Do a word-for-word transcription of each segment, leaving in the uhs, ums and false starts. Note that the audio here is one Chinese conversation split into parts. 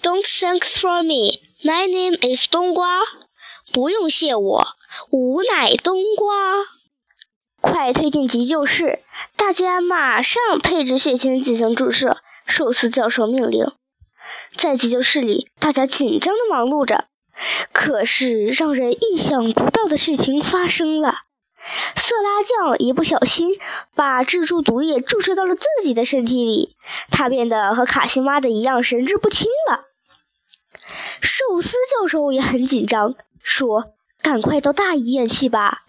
Don't thanks for me. My name is 冬瓜。不用谢我，吾乃冬瓜。快推进急救室，大家马上配置血清进行注射。寿司教授命令。在急救室里，大家紧张地忙碌着。可是让人意想不到的事情发生了。色拉酱一不小心把蜘蛛毒液注射到了自己的身体里，他变得和卡西妈的一样神志不清了。寿司教授也很紧张，说：“赶快到大医院去吧。”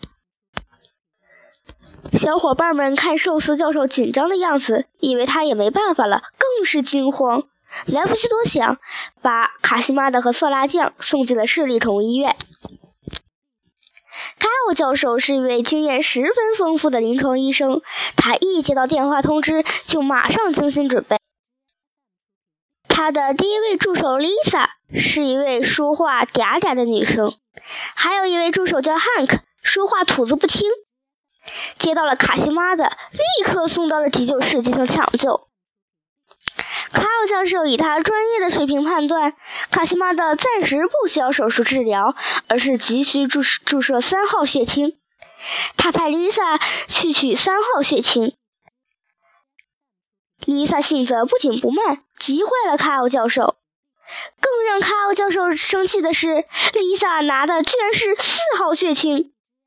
小伙伴们看寿司教授紧张的样子，以为他也没办法了，更是惊慌，来不及多想，把卡西玛的和色拉酱送进了市立宠物医院。凯奥教授是一位经验十分丰富的临床医生，他一接到电话通知就马上精心准备。他的第一位助手 Lisa 是一位说话嗲嗲的女生，还有一位助手叫 Hank， 说话吐字不清。接到了卡西玛的，立刻送到了急救室进行抢救。卡奥教授以他专业的水平判断，卡西玛的暂时不需要手术治疗，而是急需注注射三号血清。他派 Lisa 去取三号血清。Lisa 性子不紧不慢，急坏了卡奥教授。更让卡奥教授生气的是 ，Lisa 拿的居然是四号血清。